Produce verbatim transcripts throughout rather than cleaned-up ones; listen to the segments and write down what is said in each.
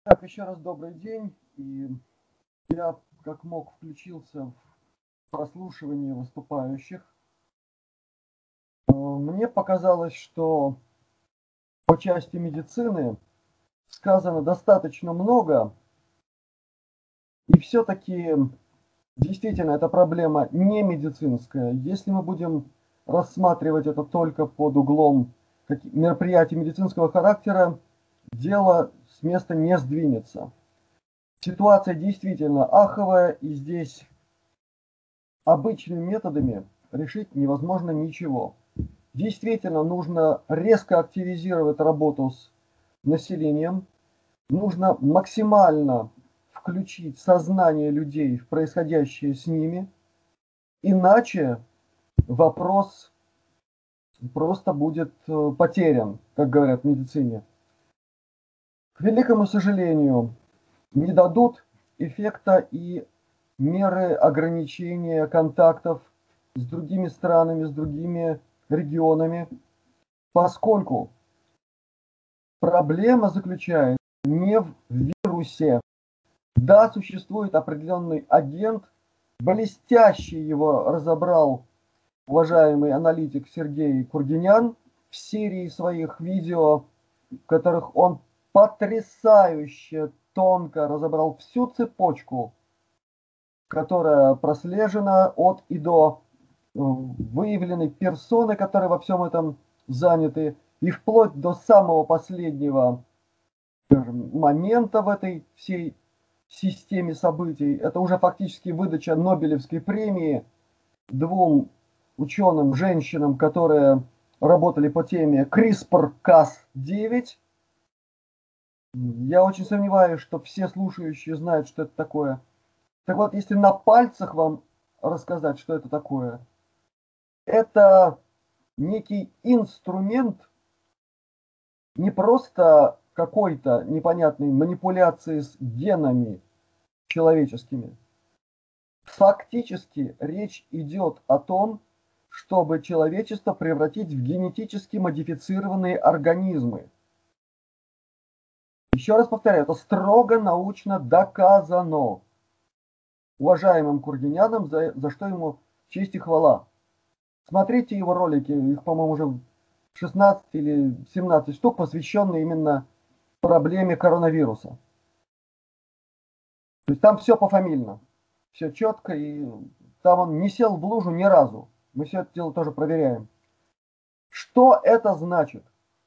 Так, еще раз добрый день. И я как мог включился в прослушивание выступающих. Мне показалось, что по части медицины сказано достаточно много. И все-таки действительно эта проблема не медицинская. Если мы будем рассматривать это только под углом мероприятий медицинского характера, дело с места не сдвинется. Ситуация действительно аховая, и здесь обычными методами решить невозможно ничего. Действительно, нужно резко активизировать работу с населением, нужно максимально включить сознание людей в происходящее с ними, иначе вопрос просто будет потерян, как говорят в медицине. К великому сожалению, не дадут эффекта и меры ограничения контактов с другими странами, с другими регионами, поскольку проблема заключается не в вирусе. Да, существует определенный агент, блестяще его разобрал уважаемый аналитик Сергей Кургинян в серии своих видео, в которых он потрясающе тонко разобрал всю цепочку, которая прослежена от и до выявленной персоны, которые во всем этом заняты, и вплоть до самого последнего, скажем, момента в этой всей системе событий. Это уже фактически выдача Нобелевской премии двум ученым женщинам, которые работали по теме криспр кас девять. Я очень сомневаюсь, что все слушающие знают, что это такое. Так вот, если на пальцах вам рассказать, что это такое, это некий инструмент не просто какой-то непонятной манипуляции с генами человеческими. Фактически речь идет о том, чтобы человечество превратить в генетически модифицированные организмы. Еще раз повторяю, это строго научно доказано уважаемым Кургиняном, за, за что ему честь и хвала. Смотрите его ролики, их, по-моему, уже шестнадцать или семнадцать штук, посвященные именно проблеме коронавируса. То есть там все пофамильно, все четко, и там он не сел в лужу ни разу. Мы все это дело тоже проверяем. Что это значит?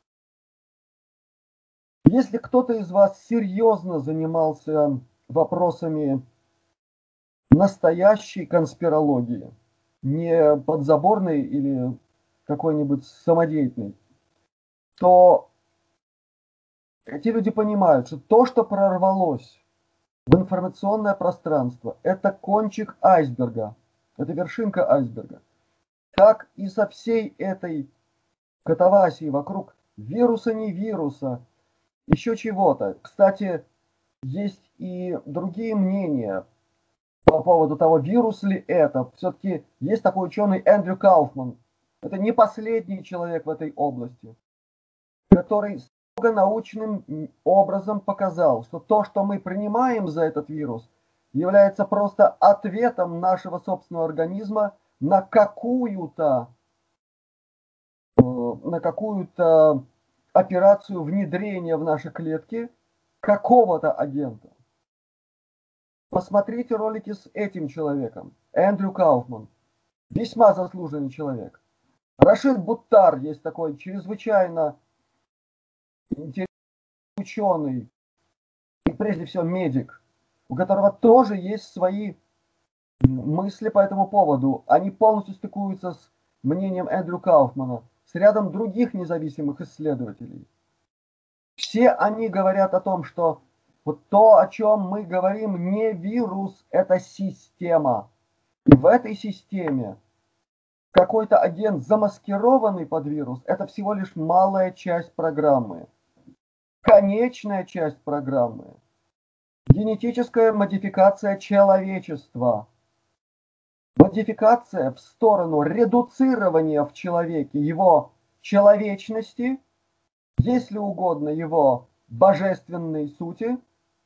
Если кто-то из вас серьезно занимался вопросами настоящей конспирологии, не подзаборной или какой-нибудь самодеятельной, то эти люди понимают, что то, что прорвалось в информационное пространство, это кончик айсберга, это вершинка айсберга. Как и со всей этой катавасии вокруг вируса, не вируса, еще чего-то. Кстати, есть и другие мнения по поводу того, вирус ли это. Все-таки есть такой ученый Эндрю Кауфман. Это не последний человек в этой области, который строго научным образом показал, что то, что мы принимаем за этот вирус, является просто ответом нашего собственного организма на какую-то на какую-то операцию внедрения в наши клетки какого-то агента. Посмотрите ролики с этим человеком, Эндрю Кауфман, весьма заслуженный человек. Рашид Буттар есть такой чрезвычайно интересный ученый и прежде всего медик, у которого тоже есть свои мысли по этому поводу. Они полностью стыкуются с мнением Эндрю Кауфмана, с рядом других независимых исследователей. Все они говорят о том, что вот то, о чем мы говорим, не вирус, это система. И в этой системе какой-то агент, замаскированный под вирус, это всего лишь малая часть программы. Конечная часть программы. Генетическая модификация человечества. Модификация в сторону редуцирования в человеке его человечности, если угодно, его божественной сути,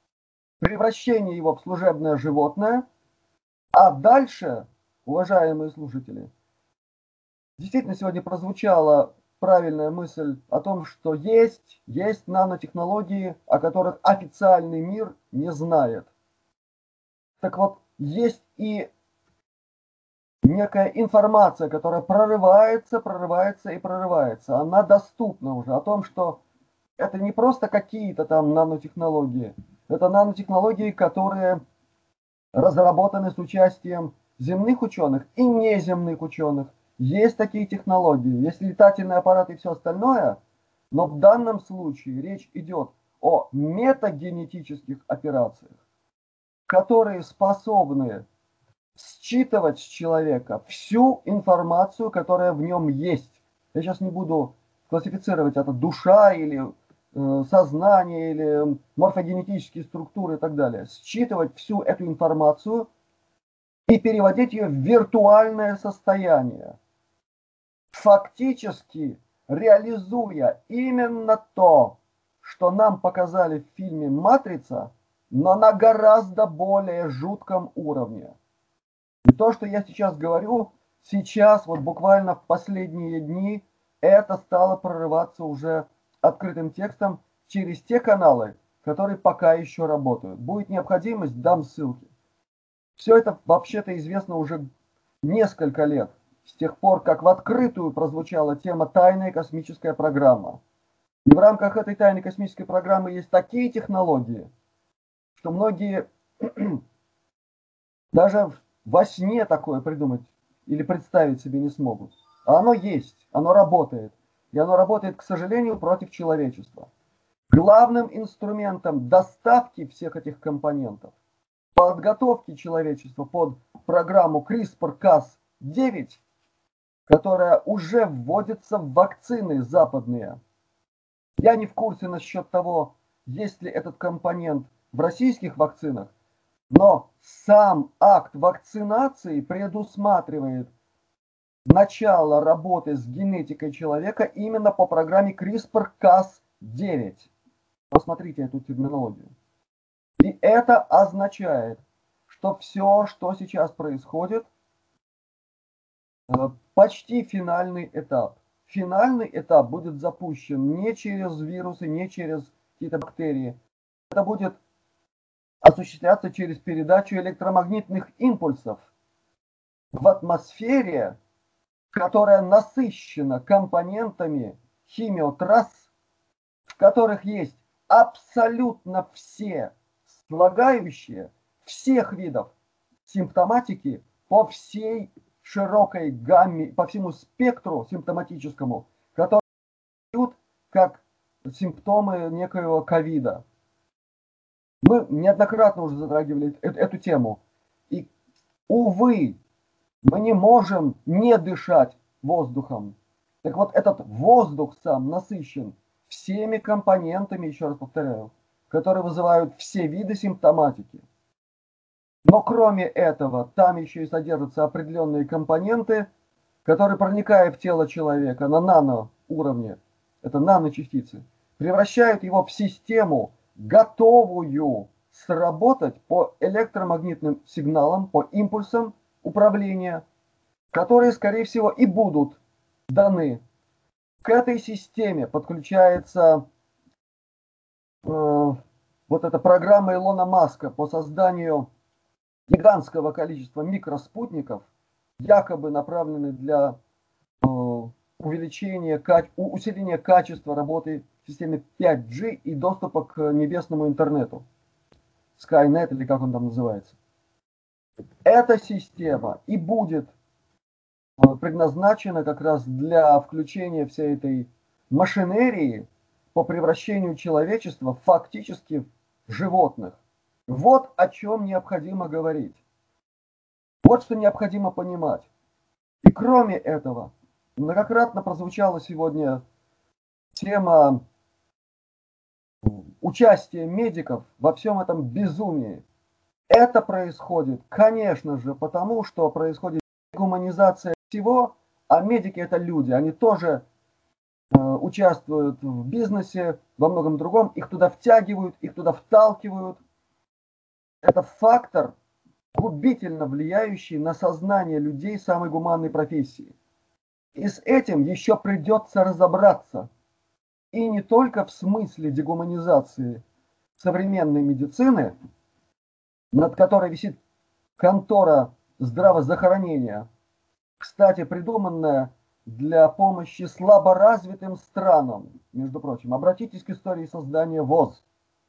превращение его в служебное животное, а дальше, уважаемые слушатели, действительно сегодня прозвучала правильная мысль о том, что есть, есть нанотехнологии, о которых официальный мир не знает. Так вот, есть и некая информация, которая прорывается, прорывается и прорывается. Она доступна уже о том, что это не просто какие-то там нанотехнологии. Это нанотехнологии, которые разработаны с участием земных ученых и неземных ученых. Есть такие технологии, есть летательные аппараты и все остальное, но в данном случае речь идет о метагенетических операциях, которые способны считывать с человека всю информацию, которая в нем есть. Я сейчас не буду классифицировать, это душа или э, сознание, или морфогенетические структуры и так далее. Считывать всю эту информацию и переводить ее в виртуальное состояние. Фактически реализуя именно то, что нам показали в фильме «Матрица», но на гораздо более жутком уровне. И то, что я сейчас говорю, сейчас, вот буквально в последние дни, это стало прорываться уже открытым текстом через те каналы, которые пока еще работают. Будет необходимость, дам ссылки. Все это вообще-то известно уже несколько лет, с тех пор, как в открытую прозвучала тема «Тайная космическая программа». И в рамках этой тайной космической программы есть такие технологии, что многие даже во сне такое придумать или представить себе не смогут. А оно есть, оно работает. И оно работает, к сожалению, против человечества. Главным инструментом доставки всех этих компонентов, подготовки человечества под программу CRISPR Cas девять, которая уже вводится в вакцины западные. Я не в курсе насчет того, есть ли этот компонент в российских вакцинах, но сам акт вакцинации предусматривает начало работы с генетикой человека именно по программе CRISPR Cas девять. Посмотрите эту терминологию. И это означает, что все, что сейчас происходит, почти финальный этап. Финальный этап будет запущен не через вирусы, не через какие-то бактерии. Это будет осуществляться через передачу электромагнитных импульсов в атмосфере, которая насыщена компонентами химиотрасс, в которых есть абсолютно все слагающие всех видов симптоматики по всей широкой гамме, по всему спектру симптоматическому, который дают как симптомы некоего ковида. Мы неоднократно уже затрагивали эту тему. И, увы, мы не можем не дышать воздухом. Так вот, этот воздух сам насыщен всеми компонентами, еще раз повторяю, которые вызывают все виды симптоматики. Но кроме этого, там еще и содержатся определенные компоненты, которые, проникая в тело человека на наноуровне, это наночастицы, превращают его в систему, готовую сработать по электромагнитным сигналам, по импульсам управления, которые, скорее всего, и будут даны. К этой системе подключается э, вот эта программа Илона Маска по созданию гигантского количества микроспутников, якобы направленных для э, увеличения, усиления качества работы в системе пять джи и доступа к небесному интернету. Skynet или как он там называется. Эта система и будет предназначена как раз для включения всей этой машинерии по превращению человечества фактически в животных. Вот о чем необходимо говорить. Вот что необходимо понимать. И кроме этого, многократно прозвучала сегодня тема участия медиков во всем этом безумии. Это происходит, конечно же, потому что происходит гуманизация всего, а медики это люди, они тоже э, участвуют в бизнесе, во многом другом, их туда втягивают, их туда вталкивают. это фактор, губительно влияющий на сознание людей самой гуманной профессии. И с этим еще придется разобраться. И не только в смысле дегуманизации современной медицины, над которой висит контора здравоохранения, кстати, придуманная для помощи слаборазвитым странам, между прочим. Обратитесь к истории создания ВОЗ.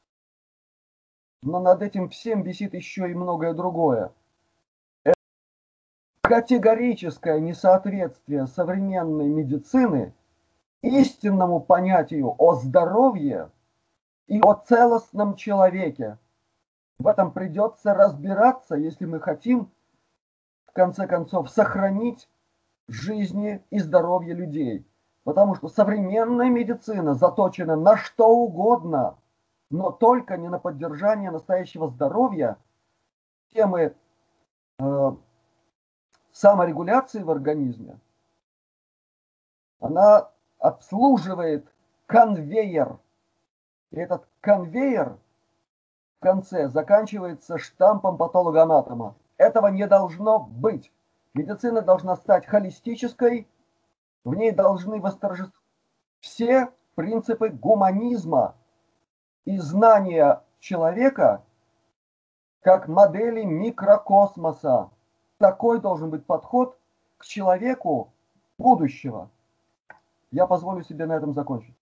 Но над этим всем висит еще и многое другое. Это категорическое несоответствие современной медицины истинному понятию о здоровье и о целостном человеке. В этом придется разбираться, если мы хотим, в конце концов, сохранить жизни и здоровье людей. Потому что современная медицина заточена на что угодно, но только не на поддержание настоящего здоровья, темы э, саморегуляции в организме. Она обслуживает конвейер. И этот конвейер в конце заканчивается штампом патологоанатома. Этого не должно быть. Медицина должна стать холистической, в ней должны восторжествовать все принципы гуманизма и знания человека как модели микрокосмоса. Такой должен быть подход к человеку будущего. Я позволю себе на этом закончить.